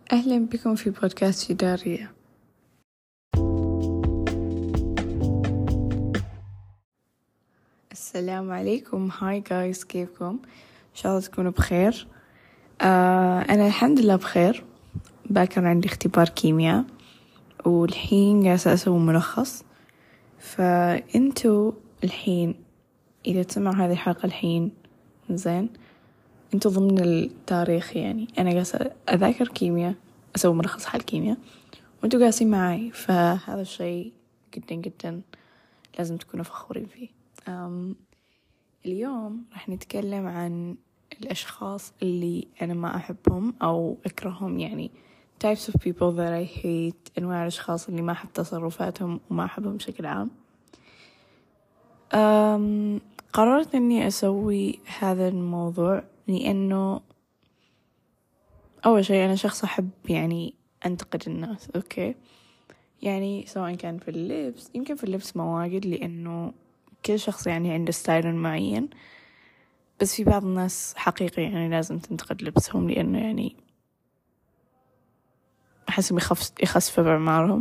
أهلا بكم في بودكاست جدارية. السلام عليكم. هاي جايز، كيفكم؟ إن شاء الله تكونوا بخير. أنا الحمد لله بخير. باكر عندي اختبار كيمياء والحين جالسة أسوي ملخص. فأنتوا الحين إذا تسمعوا هذه الحلقة الحين زين، أنتوا ضمن التاريخ. يعني أنا جالسة أذاكر كيمياء، أسوي ملخص حل كيمياء، وأنتوا جالسين معي، فهذا الشيء جدا جدا لازم تكونوا فخورين فيه. اليوم راح نتكلم عن الأشخاص اللي أنا ما أحبهم أو أكرههم، يعني types of people that I hate، أنواع الأشخاص اللي ما أحب تصرفاتهم وما أحبهم بشكل عام. قررت أني أسوي هذا الموضوع لأنه أول شيء أنا شخص أحب يعني أنتقد الناس، أوكي؟ يعني سواء كان في اللبس، يمكن في اللبس مواجد لأنه كل شخص يعني عنده ستايل معين، بس في بعض الناس حقيقي يعني لازم تنتقد لبسهم لأنه يعني أحسهم يخسفوا بأعمارهم.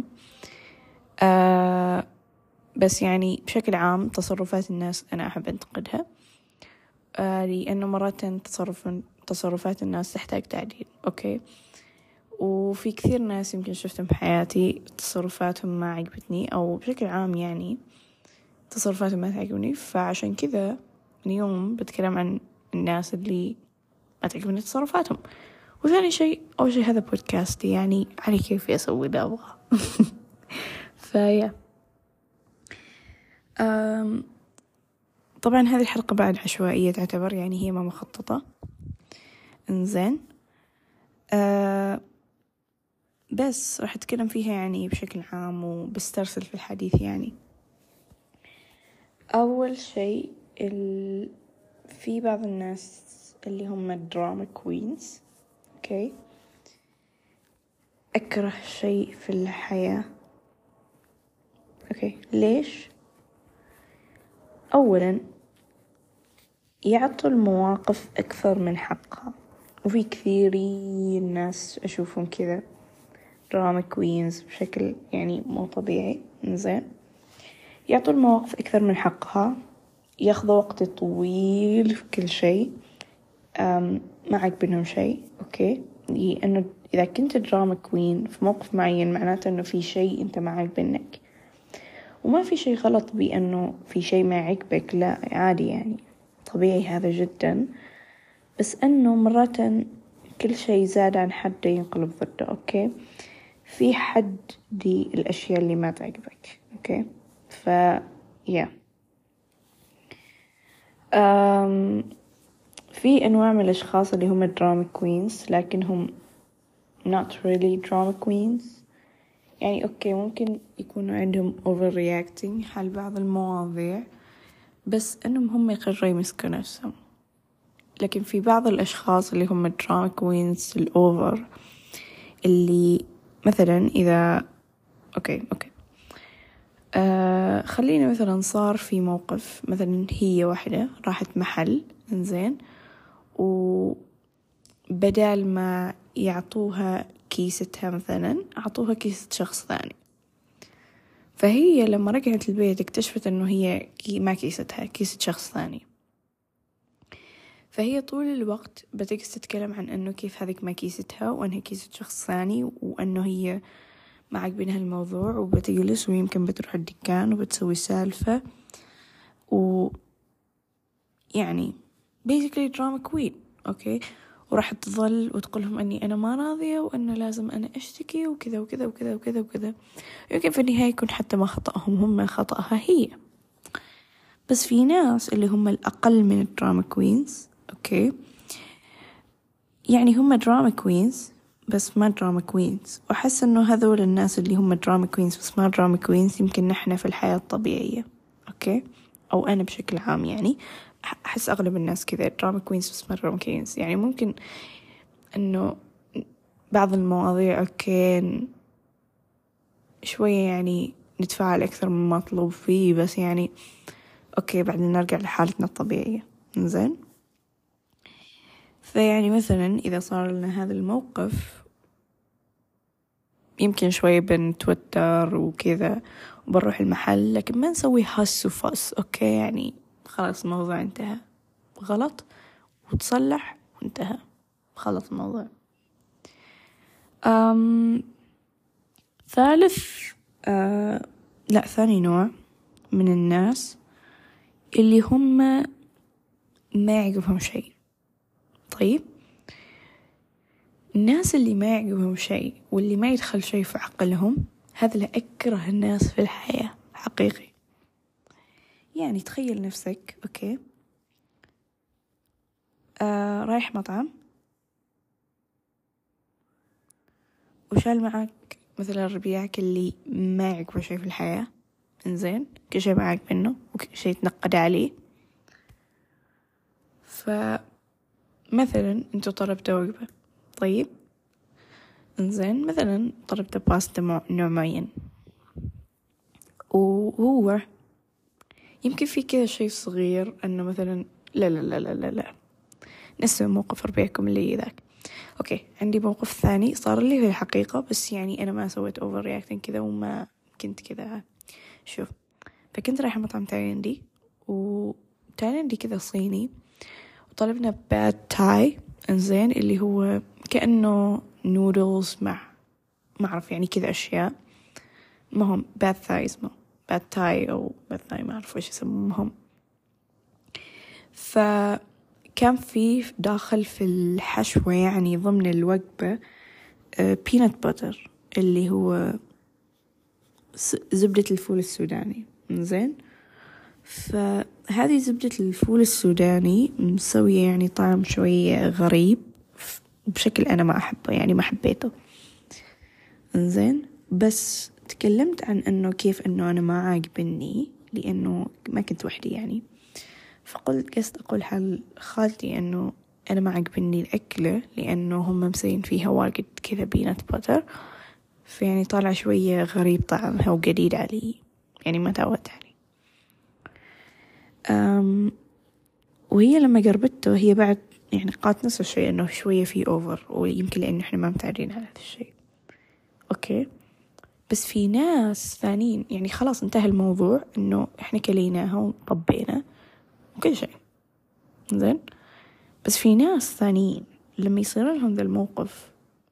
بس يعني بشكل عام تصرفات الناس أنا أحب أنتقدها، لأنه مرات تصرفات الناس تحتاج تعديل، أوكي؟ وفي كثير ناس يمكن شفتهم بحياتي تصرفاتهم ما عجبتني، أو بشكل عام يعني تصرفاتهم ما تعجبني. فعشان كذا اليوم بتكلم عن الناس اللي ما تعجبني تصرفاتهم. وثاني شيء، أول شيء هذا بودكاستي، يعني علي كيف أسوي إذا أبغى. فيا طبعا هذه الحلقة بعد عشوائية تعتبر، يعني هي ما مخططة. إنزين، بس راح أتكلم فيها يعني بشكل عام وبسترسل في الحديث. يعني أول شيء في بعض الناس اللي هم الدراما كوينز، أوكي؟ أكره شيء في الحياة. أوكي، ليش؟ أولا يعطوا المواقف أكثر من حقها، وفي كثيرين ناس أشوفهم كذا دراما كوينز بشكل يعني مو طبيعي. إنزين، يعطوا المواقف أكثر من حقها، ياخذوا وقت طويل في كل شيء، ما عجبنهم شيء، أوكي؟ لأنه إذا كنت دراما كوين في موقف معين معناته أنه في شيء أنت ما عجبنك، وما في شيء غلط بأنه في شيء ما عجبك، لا عادي يعني طبيعي هذا جدا. بس أنه مرات كل شيء زاد عن حده ينقلب ضده، أوكي؟ في حد دي الأشياء اللي ما تعجبك، أوكي؟ يا في أنواع من الأشخاص اللي هم دراما كوينز لكنهم not really drama queens. يعني أوكي ممكن يكونوا عندهم overreacting حال بعض المواضيع، بس أنهم هم يقرروا يمسكوا نفسهم. لكن في بعض الأشخاص اللي هم الدراما كوينز الأوفر، اللي مثلا إذا أوكي خلينا مثلا صار في موقف، مثلا هي واحدة راحت محل، إنزين، وبدال ما يعطوها كيستها مثلا أعطوها كيسة شخص ثاني. فهي لما رجعت البيت اكتشفت أنه هي ما كيستها، كيسة شخص ثاني. فهي طول الوقت بتجلس تتكلم عن أنه كيف هذيك ما كيستها وأنها كيسة شخص ثاني، وأنه هي ما عجبينها الموضوع، وبتجلس ويمكن بتروح الدكان وبتسوي سالفة، يعني basically drama queen، أوكي؟ وراح تظل وتقولهم أني أنا ما راضية وأنه لازم أنا أشتكي وكذا وكذا وكذا وكذا وكذا. يمكن في النهاية يكون حتى ما خطأهم هم، خطأها هي. بس في ناس اللي هم الأقل من الدراما كوينز، أوكي؟ يعني هم دراما كوينز بس ما دراما كوينز. وأحس أنه هذول الناس اللي هم دراما كوينز بس ما دراما كوينز يمكن نحن في الحياة الطبيعية، أوكي؟ أو أنا بشكل عام يعني أحس أغلب الناس كذا دراما كوينز بس ما دراما كوينز. يعني ممكن أنه بعض المواضيع أوكي شوية يعني نتفاعل أكثر مما مطلوب فيه، بس يعني أوكي بعدين نرجع لحالتنا الطبيعية. إنزين، فيعني مثلا إذا صار لنا هذا الموقف يمكن شوي بنتوتر وكذا وبنروح المحل، لكن ما نسوي هس وفس. أوكي يعني خلاص الموضوع انتهى، غلط وتصلح وانتهى، خلص الموضوع. ثاني نوع من الناس اللي هم ما يعجبهم شيء. طيب الناس اللي ما يعجبهم شيء واللي ما يدخل شيء في عقلهم، هذا اللي أكره الناس في الحياة حقيقي. يعني تخيل نفسك أوكي رايح مطعم وشال معك مثلا ربيعك اللي ما يعجبه شيء في الحياة، إنزين كل شيء معك منه وكل شيء تنقد عليه. فمثلا أنتوا طلبتوا وجبة، طيب إنزين مثلا طلبت باستا نوع معين، وهو يمكن في كذا شيء صغير أنه مثلا لا لا لا لا لا, لا. نسوا موقف ربيعكم اللي ذاك. أوكي عندي موقف ثاني صار لي في الحقيقة، بس يعني أنا ما سويت أوفر رياكتين كذا وما كنت كذا. شوف، فكنت رايحة مطعم تايلاندي، وتايلاندي كذا صيني، وطلبنا باد تاي إنزين اللي هو كأنه نودلز مع ما أعرف يعني كذا أشياء. مهم باد ثاي اسمه باد تاي أو باد ثاي ما أعرف إيش اسمهم. فكان في داخل في الحشوة يعني ضمن الوجبة بينات باتر اللي هو زبدة الفول السوداني. إنزين فهذه زبدة الفول السوداني مسوية يعني طعم شوية غريب بشكل أنا ما أحبه، يعني ما حبيته. إنزين بس تكلمت عن أنه كيف أنه أنا ما عاجبني لأنه ما كنت وحدي يعني. فقلت قصد أقول حال خالتي أنه أنا ما عاجبني الأكلة لأنه هم مسوين فيها واجد كذا بينات باتر، فيعني طالع شوية غريب طعمها وجديد علي، يعني ما تعودت عليه. وهي لما قربته هي بعد يعني قالت نفس الشيء أنه شوية في أوفر، ويمكن لأنه إحنا ما متعودين على هذا الشيء. أوكي بس في ناس ثانيين يعني خلاص انتهى الموضوع أنه إحنا كليناها وطبينا وكل شيء زين. بس في ناس ثانيين لما يصير لهم ذا الموقف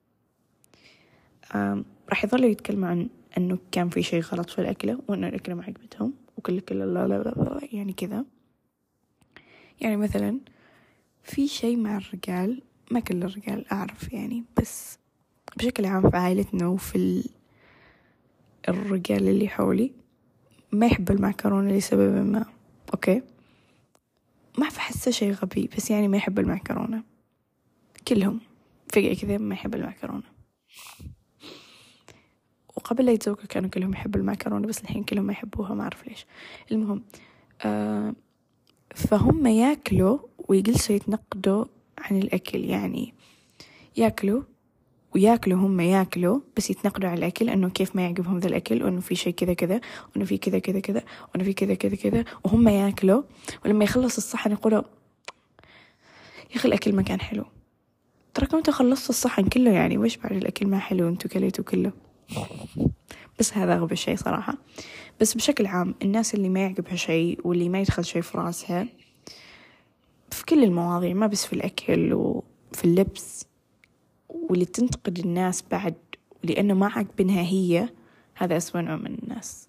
راح يظلوا يتكلموا عن أنه كان في شيء غلط في الأكلة وأنه الأكلة ما عجبتهم وكل لا لا لا لا يعني كذا. يعني مثلا في شيء مع الرجال، ما كل الرجال أعرف يعني، بس بشكل عام في عائلتنا وفي الرجال اللي حولي ما يحب المعكرونة لسبب ما. أوكي ما بحسه شيء غبي، بس يعني ما يحب المعكرونة كلهم فجأة كذا ما يحب المعكرونة. وقبل لا يتزوجوا كانوا كلهم يحبوا المعكرونة، بس الحين كلهم ما يحبوها ما أعرف ليش. المهم فهم ياكلوا ويجلسوا يتنقدوا عن الأكل، يعني ياكلوا هم ياكلوا بس يتنقدوا على الأكل أنه كيف ما يعجبهم ذا الأكل، وأنه في شيء كذا كذا، وأنه في كذا كذا كذا، وأنه في كذا كذا كذا، وهم ياكلوا. ولما يخلص الصحن يقولوا يا أخي الأكل ما كان حلو، تراكم أنتوا خلصتوا الصحن كله يعني وإيش بعد الأكل ما حلو أنتوا كليتوا كله. بس هذا غبي الشيء صراحة. بس بشكل عام الناس اللي ما يعجبها شيء واللي ما يدخل شيء في راسها في كل المواضيع، ما بس في الأكل وفي اللبس، واللي تنتقد الناس بعد لأنه ما عاجبنها هي، هذا أسوأ نوع من الناس.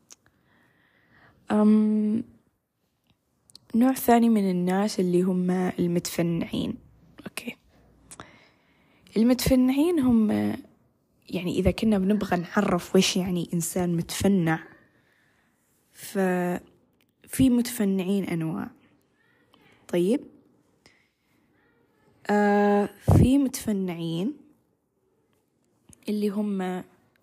نوع ثاني من الناس اللي هم المتفنعين. أوكي المتفنعين هم يعني إذا كنا بنبغى نعرف ويش يعني إنسان متفنع، ففي متفنعين أنواع. طيب في متفنعين اللي هم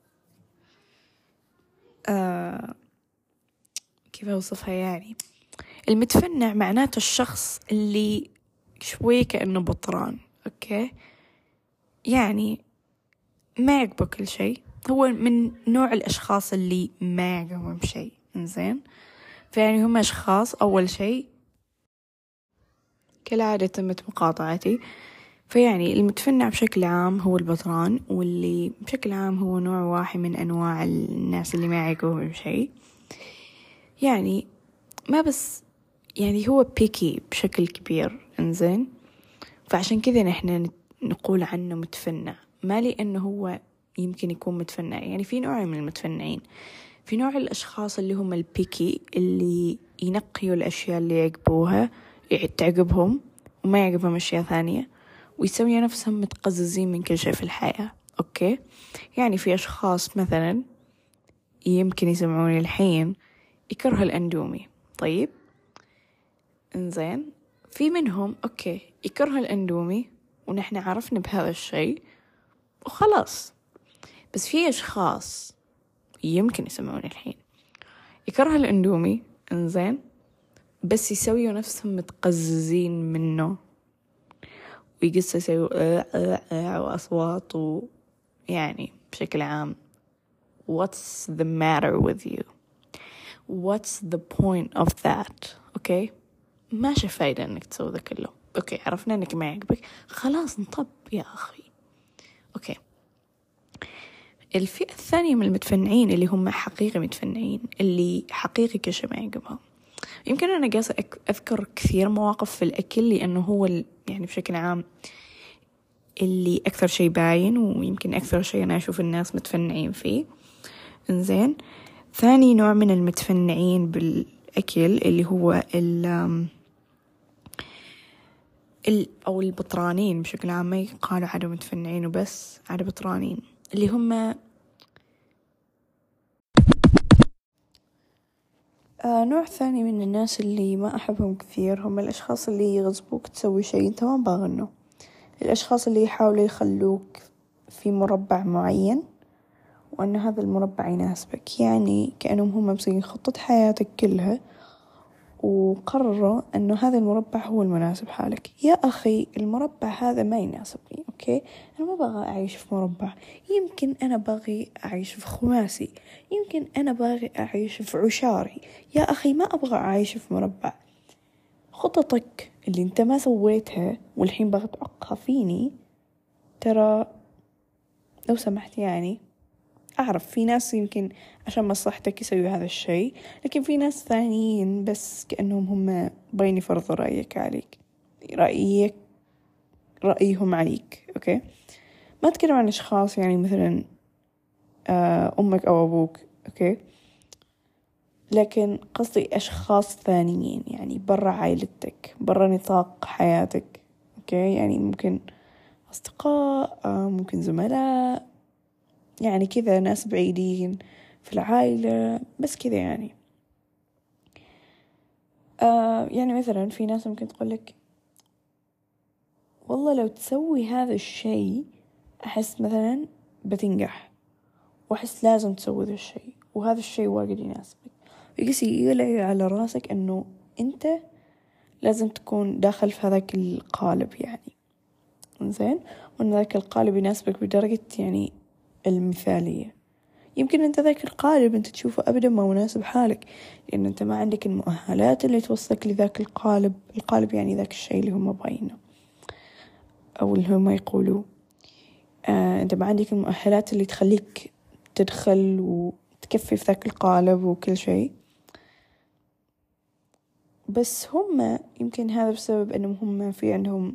كيف أوصفها يعني، المتفنع معناته الشخص اللي شوي كأنه بطران. أوكي يعني ما يعجبه كل شيء، هو من نوع الأشخاص اللي ما يعجبهم شيء. إنزين فيعني هم أشخاص أول شيء كالعادة تمت مقاطعتي، فيعني المتفنع بشكل عام هو البطران، واللي بشكل عام هو نوع واحد من أنواع الناس اللي ما يعجبهم شيء. يعني ما بس يعني هو بيكي بشكل كبير، إنزين. فعشان كذا نحن نقول عنه متفنع، ما لأنه هو يمكن يكون متفنع. يعني في نوع من المتفنعين، في نوع الأشخاص اللي هم البيكي، اللي ينقيوا الأشياء اللي يعجبوها تعجبهم وما يعجبهم أشياء ثانية، ويسوي نفسهم متقززين من كل شيء في الحياة. أوكي، يعني في أشخاص مثلا يمكن يسمعوني الحين يكره الأندومي. طيب إنزين، في منهم أوكي يكره الأندومي ونحن عرفنا بهذا الشيء وخلاص. بس في أشخاص يمكن يسمعوني الحين يكره الأندومي، إنزين، بس يسويوا نفسهم متقززين منه، ويقصوا يسويوا وأصوات، يعني بشكل عام what's the matter with you, what's the point of that. أوكي، ما فايدة إنك تسوي ذا كله. أوكي، عرفنا إنك ما يعجبك، خلاص نطب يا أخي. أوكي، الفئة الثانية من المتفنعين اللي هم حقيقي متفنعين، اللي حقيقي كل شيء ما يعجبهم. يمكن أنا قاعدة أذكر كثير مواقف في الأكل، لأنه هو يعني بشكل عام اللي أكثر شيء باين، ويمكن أكثر شيء أنا أشوف الناس متفنعين فيه. إنزين، ثاني نوع من المتفنعين بالأكل اللي هو أو البطرانين بشكل عام. ما يقالوا على متفنعين وبس، على بطرانين، اللي هم نوع ثاني من الناس اللي ما أحبهم كثير، هم الأشخاص اللي يغصبوك تسوي شيء أنت ما باغنه. الأشخاص اللي يحاولوا يخلوك في مربع معين، وأن هذا المربع يناسبك. يعني كأنهم هم مسوين خطة حياتك كلها وقرروا أنه هذا المربع هو المناسب حالك. يا أخي، المربع هذا ما يناسبني. أوكي، أنا ما بغى أعيش في مربع. يمكن أنا باغي أعيش في خماسي، يمكن أنا باغي أعيش في عشاري. يا أخي، ما أبغى أعيش في مربع. خططك اللي أنت ما سويتها والحين باغي تعقها فيني، ترى لو سمحت. يعني أعرف في ناس يمكن عشان مصلحتك يسوي هذا الشيء، لكن في ناس ثانيين بس كأنهم هم باين يفرضوا رأيك عليك، رأيهم عليك. أوكي، ما أتكلم عن أشخاص يعني مثلا أمك أو أبوك، أوكي، لكن قصدي أشخاص ثانيين، يعني برا عائلتك، برا نطاق حياتك. أوكي، يعني ممكن أصدقاء، ممكن زملاء، يعني كذا ناس بعيدين في العائلة، بس كذا يعني. يعني مثلا في ناس ممكن تقولك والله لو تسوي هذا الشيء أحس مثلا بتنجح، وأحس لازم تسوي ذا الشيء، وهذا الشيء واجد يناسبك. ويقسي يقلع على راسك أنه أنت لازم تكون داخل في هذاك القالب، يعني إنزين، وأن ذاك القالب يناسبك بدرجة يعني المثالية. يمكن أنت ذاك القالب أنت تشوفه أبدا ما مناسب حالك، لأن أنت ما عندك المؤهلات اللي توصلك لذاك القالب يعني ذاك الشيء اللي هم باينه أو اللي هم يقولوا. أنت ما عندك المؤهلات اللي تخليك تدخل وتكفي في ذاك القالب وكل شيء. بس هم يمكن هذا بسبب أنهم هم في عندهم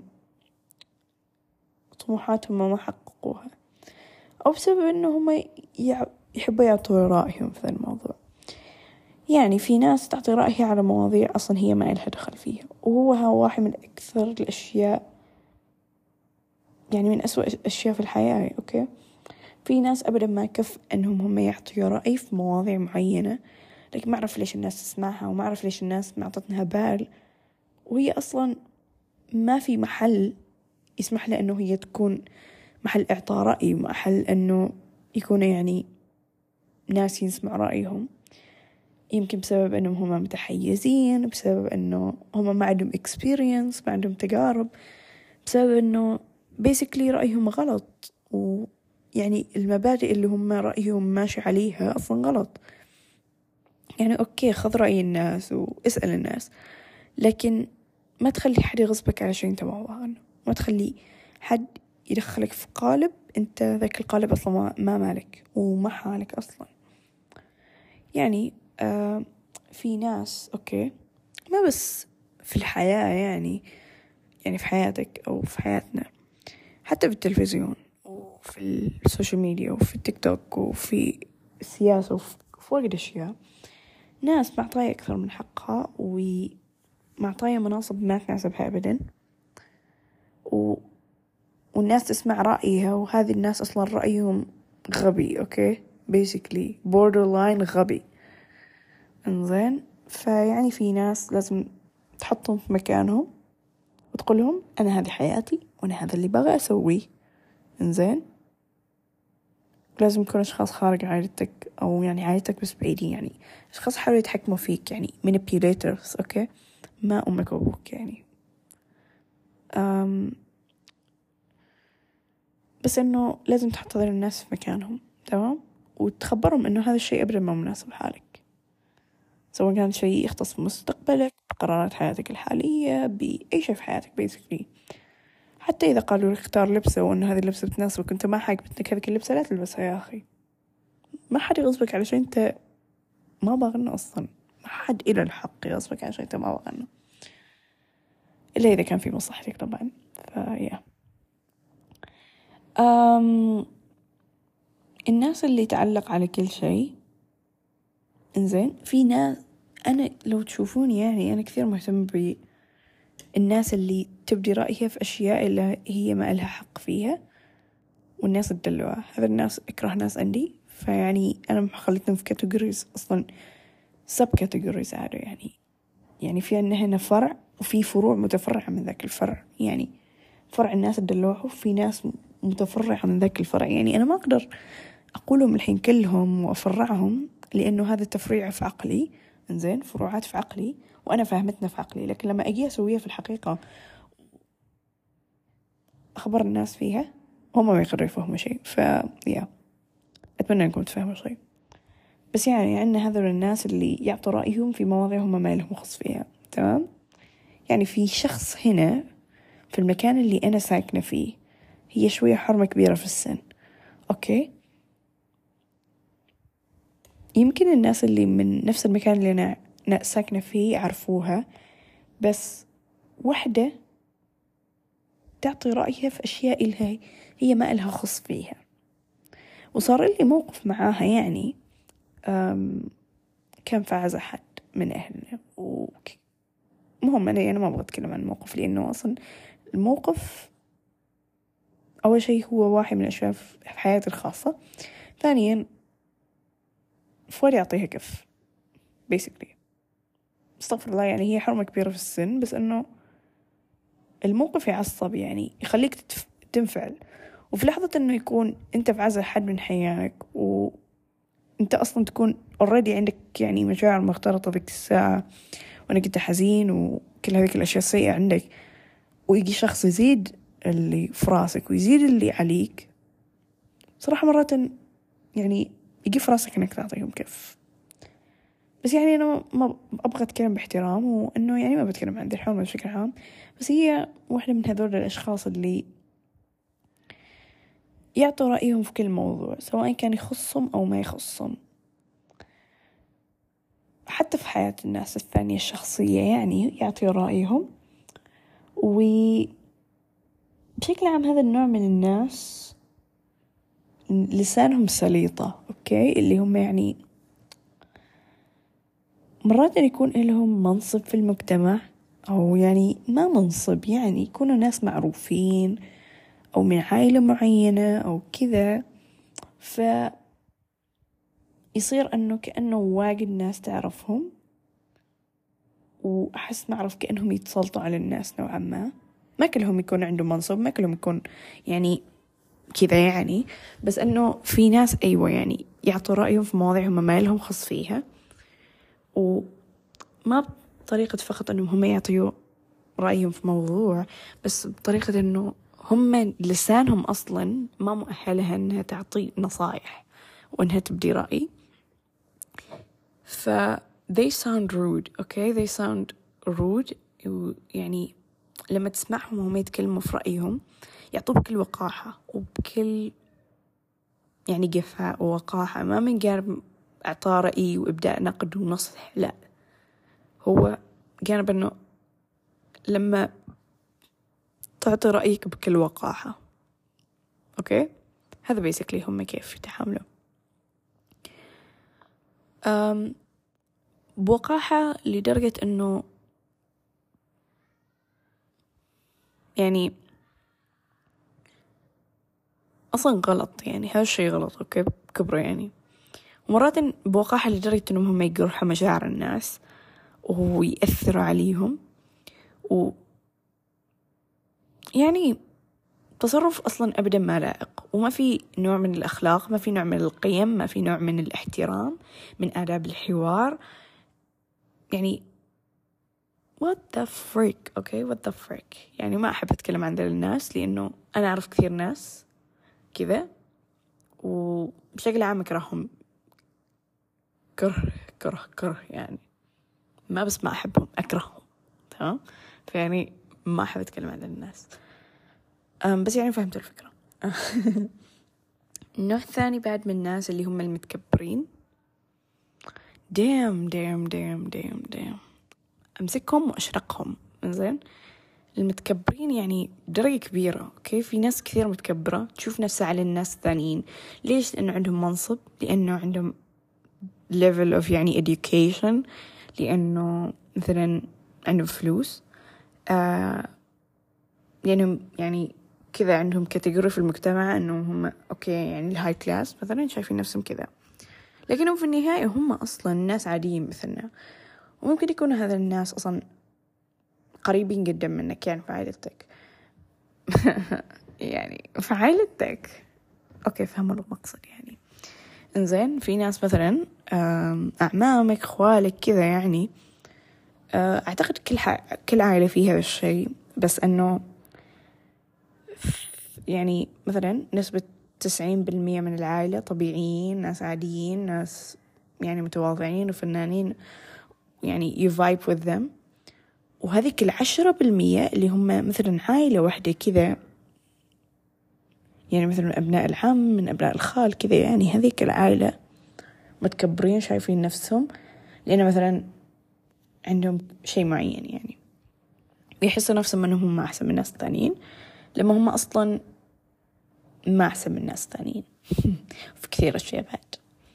طموحاتهم ما حققوها، أو بسبب أنهم يحبوا يعطوا رأيهم في الموضوع. يعني في ناس تعطي رأيها على مواضيع أصلا هي ما لها دخل فيها، وهو واحد من أكثر الأشياء، يعني من أسوأ الأشياء في الحياة. أوكي، في ناس أبدا ما كف أنهم هم يعطوا رأي في مواضيع معينة، لكن ما أعرف ليش الناس تسمعها، وما أعرف ليش الناس ما أعطتنها بال، وهي أصلا ما في محل يسمح لها أنه هي تكون محل إعطاء رأي، محل أنه يكون يعني ناس يسمع رأيهم. يمكن بسبب أنهم هم متحيزين، بسبب أنه هم ما عندهم experience، ما عندهم تجارب، بسبب أنه basically رأيهم غلط، ويعني المبادئ اللي هم رأيهم ماشي عليها أصلا غلط. يعني أوكي، خذ رأي الناس واسأل الناس، لكن ما تخلي حد يغصبك على شيء أنت ما باغنه، ما تخلي حد يدخلك في قالب أنت ذاك القالب أصلا ما مالك وما حالك أصلا. يعني في ناس أوكي ما بس في الحياة، يعني في حياتك أو في حياتنا، حتى في التلفزيون وفي السوشيال ميديا وفي التيك توك وفي السياسة وفي وايد أشياء، ناس معطاية أكثر من حقها ومعطاية مناصب ما تناسبها أبدا، والناس تسمع رأيها، وهذه الناس أصلا رأيهم غبي. أوكي basically borderline غبي. انزين، فيعني في ناس لازم تحطهم في مكانهم وتقول لهم أنا هذه حياتي وأنا هذا اللي بغى أسويه. انزين، لازم يكون أشخاص خارج عائلتك، أو يعني عائلتك بس بعيدين، يعني أشخاص حاولوا يتحكموا فيك، يعني manipulators. أوكي، ما أمك وأبوك يعني. بس إنه لازم تحط هذول الناس في مكانهم، تمام، وتخبرهم إنه هذا الشيء أبدا ما مناسب حالك، سواء كان شيء يختص بمستقبلك، بقرارات حياتك الحالية، بأي شيء في حياتك basically. حتى إذا قالوا لك اختار لبسة وإنه هذه اللبسة بتناسبك وأنت ما عجبتك هذه اللبسة، لا تلبسها يا أخي. ما حد يغصبك على شيء أنت ما باغنه أصلا، ما حد إله الحق يغصبك على شيء أنت ما باغنه، إلا إذا كان في مصلحتك طبعا. فيا الناس اللي تعلق على كل شيء، إنزين، في ناس أنا لو تشوفوني يعني أنا كثير مهتم بالناس اللي تبدي رأيها في أشياء اللي هي ما لها حق فيها، والناس الدلوعة. هذا الناس أكره ناس عندي، فيعني أنا خليتهم في كاتيجوريز أصلا، سب كاتيجوريز عادة، يعني في عندنا هنا فرع وفي فروع متفرعة من ذاك الفرع. يعني فرع الناس الدلوعة وفي ناس متفرعة من ذاك الفرع. يعني أنا ما أقدر أقولهم الحين كلهم وأفرعهم، لأنه هذا التفريع في عقلي، إنزين، فروعات في عقلي وأنا فاهمتنا في عقلي، لكن لما أجي أسويها في الحقيقة أخبر الناس فيها هم ما يقدروا يفهموا شيء. يا أتمنى أنكم تفهموا شيء. بس يعني عندنا هذول الناس اللي يعطوا رأيهم في مواضيع هم ما لهم خص فيها، تمام. يعني في شخص هنا في المكان اللي أنا ساكنة فيه، هي شوية حرمة كبيرة في السن، أوكي. يمكن الناس اللي من نفس المكان اللي أنا ساكنة فيه يعرفوها، بس وحدة تعطي رأيها في أشياء اللي هي ما لها خص فيها. وصار لي موقف معاها، يعني كان في عزا حد من أهلنا، مهم أنا ما أبغى أتكلم عن الموقف، لأنه أصلا الموقف أول شيء هو واحد من الأشياء في حياتي الخاصة، ثانيا فوري أعطيها كف basically. استغفر الله، يعني هي حرمة كبيرة في السن، بس إنه الموقف يعصب، يعني يخليك تنفعل. وفي لحظة إنه يكون أنت في عزا حد من حياتك وأنت أصلا تكون already عندك يعني مشاعر مختلطة ذيك الساعة، وأنك أنت حزين وكل هذه الأشياء السيئة عندك، ويجي شخص يزيد اللي في راسك ويزيد اللي عليك، صراحة مرات يعني يجي في راسك إنك تعطيهم كف. بس يعني أنا ما أبغى أتكلم باحترام، وإنه يعني ما بتكلم عن ذي الحرمة بشكل عام، بس هي واحدة من هذول الأشخاص اللي يعطوا رأيهم في كل موضوع، سواء كان يخصهم أو ما يخصهم، حتى في حياة الناس الثانية الشخصية، يعني يعطي رأيهم. وبشكل عام هذا النوع من الناس لسانهم سليطة، أوكي، اللي هم يعني مرات يكون لهم منصب في المجتمع، أو يعني ما منصب، يعني يكونوا ناس معروفين أو من عائلة معينة أو كذا، يصير أنه كأنه واجد ناس تعرفهم، وأحس معرف كأنهم يتسلطوا على الناس نوعا ما كلهم يكون عندهم منصب، ما كلهم يكون يعني كذا، يعني بس أنه في ناس أيوة يعني يعطوا رأيهم في مواضيع هم ما لهم خص فيها، وما بطريقة فقط أنهم هم يعطيوا رأيهم في موضوع، بس بطريقة أنه هم لسانهم أصلا ما مؤهلها أنها تعطي نصائح وأنها تبدي رأي. they sound rude. okay, they sound rude. يعني لما تسمعهم هم يتكلموا في رأيهم يعطوه بكل وقاحة وبكل يعني جفاء ووقاحة، ما من جانب إعطاء رأي وإبداء نقد ونصح، لا، هو جانب إنه لما تعطي رأيك بكل وقاحة. أوكي، هذا بيسكلي هم كيف يتحاملوا بوقاحة لدرجة إنه يعني أصلا غلط، يعني هذا الشيء غلط. أوكي، بكبره يعني. ومرات بوقاحة لدرجة إنهم هم يجرحوا مشاعر الناس ويأثروا عليهم، يعني تصرف أصلا أبدا ما لائق، وما في نوع من الأخلاق، ما في نوع من القيم، ما في نوع من الاحترام، من آداب الحوار. يعني what the frick. أوكي what the frick. يعني ما أحب أتكلم عن ذا الناس، لأنه أنا أعرف كثير ناس كذا، وبشكل عام أكرههم كره يعني، ما بس ما أحبهم، أكرههم. تمام، فيعني ما أحب أتكلم عن الناس. بس يعني فهمت الفكرة. النوع الثاني بعد من الناس اللي هم المتكبرين. دام أمسكهم وأشرقهم. إنزين، المتكبرين يعني درجة كبيرة. أوكي، في ناس كثير متكبرة تشوف نفسها على الناس الثانيين. ليش؟ لأنه عندهم منصب، لأنه عندهم level of يعني education، لأنه مثلا عندهم فلوس، لأنهم يعني كذا عندهم كاتيجوري في المجتمع أنه هم أوكي يعني الهاي كلاس مثلا، شايفين نفسهم كذا، لكنهم في النهاية هم أصلا ناس عاديين مثلنا. وممكن يكون هذا الناس أصلا قريبين جدا منك، يعني في عائلتك. يعني في عائلتك. أوكي، فهموا المقصد يعني. إنزين، في ناس مثلا أعمامك، خوالك كذا يعني. أعتقد كل عائلة فيها هذا الشيء، بس أنه يعني مثلا نسبة 90% من العائلة طبيعيين، ناس عاديين، ناس يعني متواضعين وفنانين، يعني you vibe with them. وهذيك 10% اللي هم مثلا عائلة واحدة كذا، يعني مثلا أبناء العم من أبناء الخال كذا، يعني هذيك العائلة متكبرين، شايفين نفسهم لأن مثلا عندهم شيء معين، يعني يحسوا نفسهم أنهم هم أحسن من الناس الثانيين، لما هم أصلا ما أحسن من الناس الثانيين. في كثير أشياء بعد.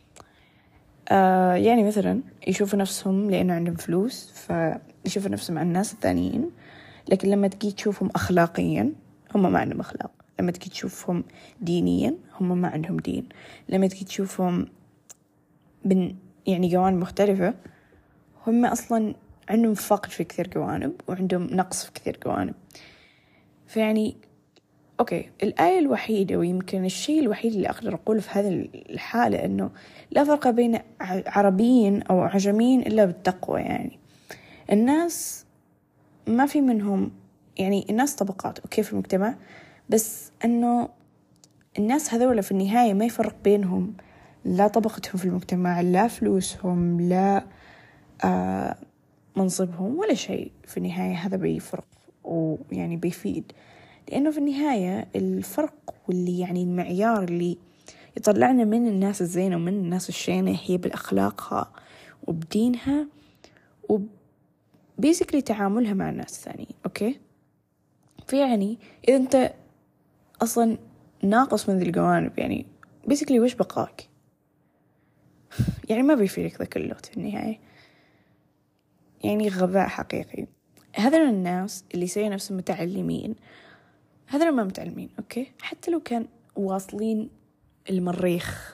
يعني مثلا يشوفوا نفسهم لأنه عندهم فلوس، فيشوفوا نفسهم عن الناس الثانيين، لكن لما تجي تشوفهم أخلاقيا هم ما عندهم أخلاق. لما تجي تشوفهم دينيا هم ما عندهم دين. لما تجي تشوفهم يعني جوانب مختلفة، هم أصلا عندهم فقر في كثير جوانب، وعندهم نقص في كثير جوانب. فيعني أوكي، الآية الوحيدة ويمكن الشيء الوحيد اللي أقدر أقوله في هذه الحالة أنه لا فرق بين عربيين أو عجميين إلا بالتقوى. يعني الناس ما في منهم، يعني الناس طبقات أوكي في المجتمع، بس أنه الناس هذول في النهاية ما يفرق بينهم لا طبقتهم في المجتمع، لا فلوسهم، لا منصبهم، ولا شيء. في النهاية هذا بيفرق ويعني بيفيد، لأنه في النهاية الفرق واللي يعني المعيار اللي يطلعنا من الناس الزينة ومن الناس الشينة هي بالأخلاقها وبدينها وبيسكلي تعاملها مع الناس الثانيين. أوكي، فيعني إذا أنت أصلا ناقص من ذي الجوانب، يعني بيسكلي وش بقاك؟ يعني ما بيفيدك ذا كله في النهاية، يعني غباء حقيقي. هذول الناس اللي يسوي نفسهم متعلمين، هذول ما متعلمين. أوكي، حتى لو كان واصلين المريخ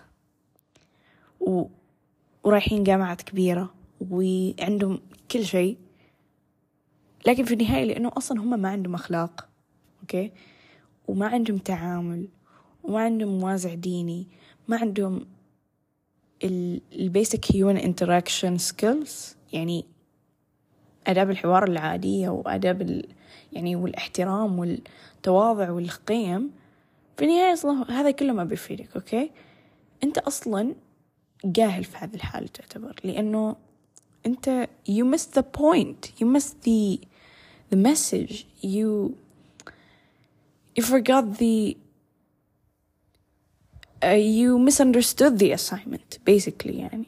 ورايحين جامعات كبيرة وعندهم كل شيء، لكن في النهاية لأنه أصلا هم ما عندهم أخلاق، أوكي، وما عندهم تعامل، وما عندهم وازع ديني، ما عندهم البيسك human interaction skills، يعني آداب الحوار العادية وآداب يعني والاحترام والتواضع والقيم. في النهاية أصلا هذا كله ما بيفيدك. أوكي، أنت أصلا جاهل في هذه الحالة تعتبر، لأنه أنت you missed the point, you missed the message. you forgot you misunderstood the assignment basically. يعني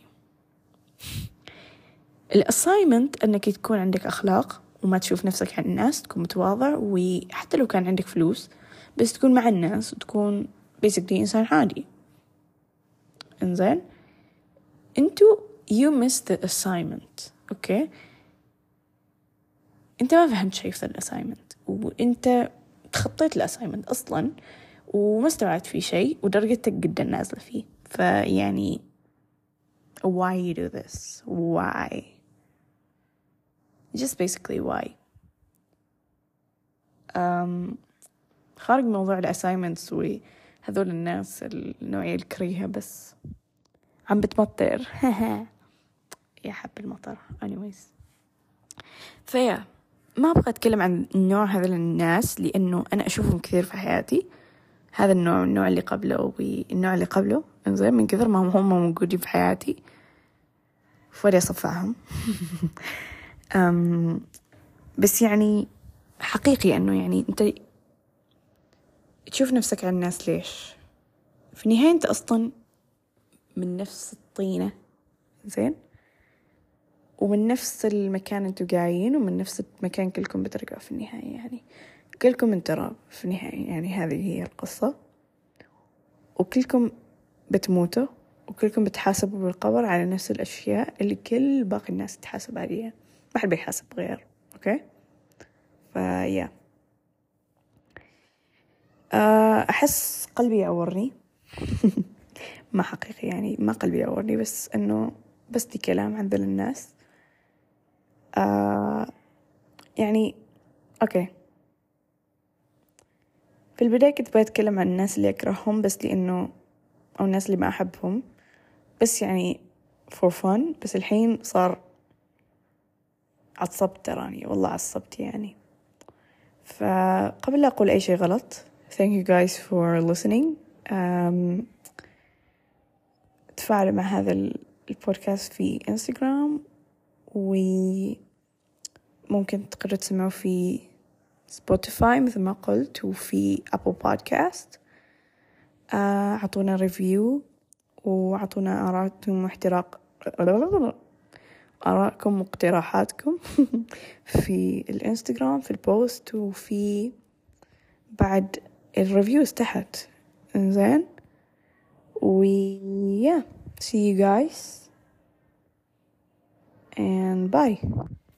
الassignment أنك تكون عندك أخلاق وما تشوف نفسك عن الناس، تكون متواضع، وحتى لو كان عندك فلوس بس تكون مع الناس وتكون basically إنسان عادي. إنزين you missed the assignment. أوكي، أنت ما فهمت شيء في الassignment، وأنت تخطيت الassignment أصلاً وما استوعبت فيه شيء ودرجتك جدا نازلة فيه. فيعني why you do this? Why? Just basically why. خارج موضوع الassignments وهذول الناس النوعية الكريهة، بس عم بتمطر يا حب المطر. anyways فيا ما أبغى أتكلم عن النوع هذا الناس لأنه أنا أشوفهم كثير في حياتي. هذا النوع اللي قبله والنوع اللي قبله، إنزين من كثر ما هم موجودين في حياتي فودي أصفعهم. بس يعني حقيقي أنه يعني أنت تشوف نفسك على الناس ليش؟ في النهاية أنت أصلا من نفس الطينة، زين، ومن نفس المكان أنتوا جايين، ومن نفس المكان كلكم بترجعوا في النهاية. يعني كلكم من تراب في النهاية، يعني هذه هي القصة، وكلكم بتموتوا وكلكم بتحاسبوا بالقبر على نفس الأشياء اللي كل باقي الناس تحاسب عليها، ما حد بيحاسب غير. أوكي، فيا أحس قلبي يعورني. ما حقيقي يعني ما قلبي يعورني، بس أنه بس دي كلام عن ذل الناس. يعني أوكي، في البداية كنت بتكلم عن الناس اللي أكرههم بس لأنه، أو الناس اللي ما أحبهم بس يعني for fun، بس الحين صار عصبت، تراني والله عصبت يعني. فقبل لا أقول أي شيء غلط، thank you guys for listening. تفاعلوا مع هذا البودكاست في إنستغرام، وممكن تقدروا تسمعوا في سبوتيفاي مثل ما قلت، وفي أبل بودكاست. عطونا ريفيو وعطونا آراءكم واقتراحاتكم في الإنستغرام، في البوست، وفي بعد الريفيوز تحت. إنزين yeah, see you guys and bye.